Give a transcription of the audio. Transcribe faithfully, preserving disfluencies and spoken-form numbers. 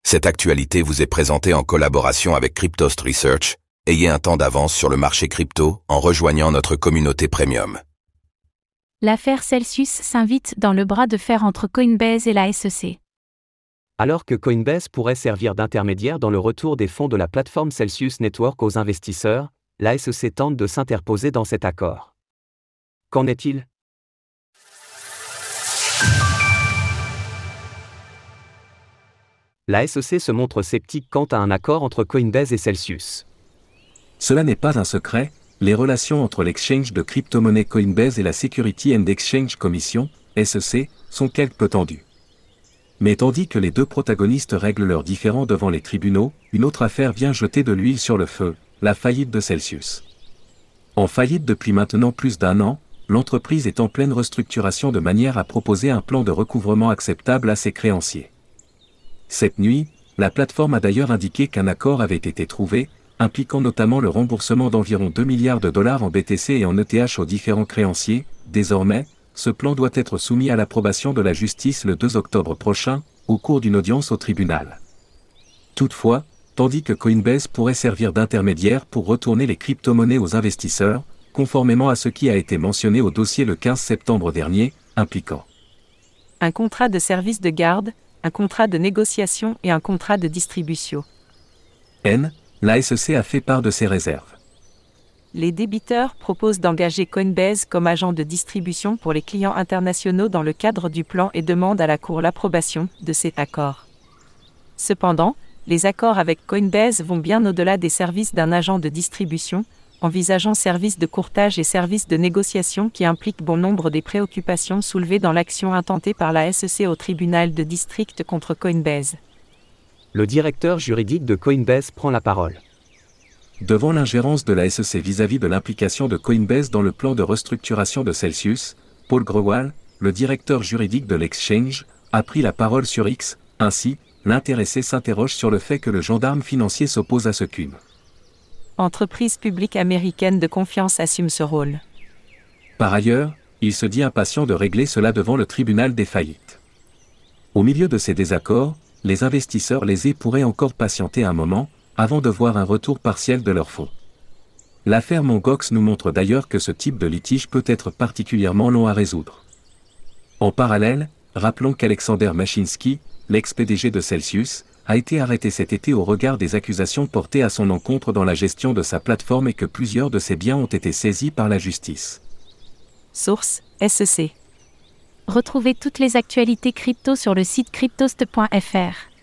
Cette actualité vous est présentée en collaboration avec Cryptost Research. Ayez un temps d'avance sur le marché crypto en rejoignant notre communauté premium. L'affaire Celsius s'invite dans le bras de fer entre Coinbase et la S E C. Alors que Coinbase pourrait servir d'intermédiaire dans le retour des fonds de la plateforme Celsius Network aux investisseurs, la S E C tente de s'interposer dans cet accord. Qu'en est-il ? La S E C se montre sceptique quant à un accord entre Coinbase et Celsius. Cela n'est pas un secret, les relations entre l'exchange de crypto-monnaies Coinbase et la Security and Exchange Commission, S E C, sont quelque peu tendues. Mais tandis que les deux protagonistes règlent leurs différends devant les tribunaux, une autre affaire vient jeter de l'huile sur le feu, la faillite de Celsius. En faillite depuis maintenant plus d'un an, l'entreprise est en pleine restructuration de manière à proposer un plan de recouvrement acceptable à ses créanciers. Cette nuit, la plateforme a d'ailleurs indiqué qu'un accord avait été trouvé, impliquant notamment le remboursement d'environ deux milliards de dollars en B T C et en E T H aux différents créanciers. Désormais, ce plan doit être soumis à l'approbation de la justice le deux octobre prochain, au cours d'une audience au tribunal. Toutefois, tandis que Coinbase pourrait servir d'intermédiaire pour retourner les crypto-monnaies aux investisseurs, conformément à ce qui a été mentionné au dossier le quinze septembre dernier, impliquant un contrat de service de garde, un contrat de négociation et un contrat de distribution. N, la S E C a fait part de ses réserves. Les débiteurs proposent d'engager Coinbase comme agent de distribution pour les clients internationaux dans le cadre du plan et demandent à la Cour l'approbation de cet accord. Cependant, les accords avec Coinbase vont bien au-delà des services d'un agent de distribution, envisageant services de courtage et services de négociation qui impliquent bon nombre des préoccupations soulevées dans l'action intentée par la S E C au tribunal de district contre Coinbase. Le directeur juridique de Coinbase prend la parole. Devant l'ingérence de la S E C vis-à-vis de l'implication de Coinbase dans le plan de restructuration de Celsius, Paul Grewal, le directeur juridique de l'exchange, a pris la parole sur X. Ainsi, l'intéressé s'interroge sur le fait que le gendarme financier s'oppose à ce C U M. Entreprise publique américaine de confiance assume ce rôle. Par ailleurs, il se dit impatient de régler cela devant le tribunal des faillites. Au milieu de ces désaccords, les investisseurs lésés pourraient encore patienter un moment, avant de voir un retour partiel de leurs fonds. L'affaire Mongox nous montre d'ailleurs que ce type de litige peut être particulièrement long à résoudre. En parallèle, rappelons qu'Alexander Mashinsky, l'ex-P D G de Celsius, a été arrêté cet été au regard des accusations portées à son encontre dans la gestion de sa plateforme et que plusieurs de ses biens ont été saisis par la justice. Source, S E C. Retrouvez toutes les actualités crypto sur le site cryptost point f r.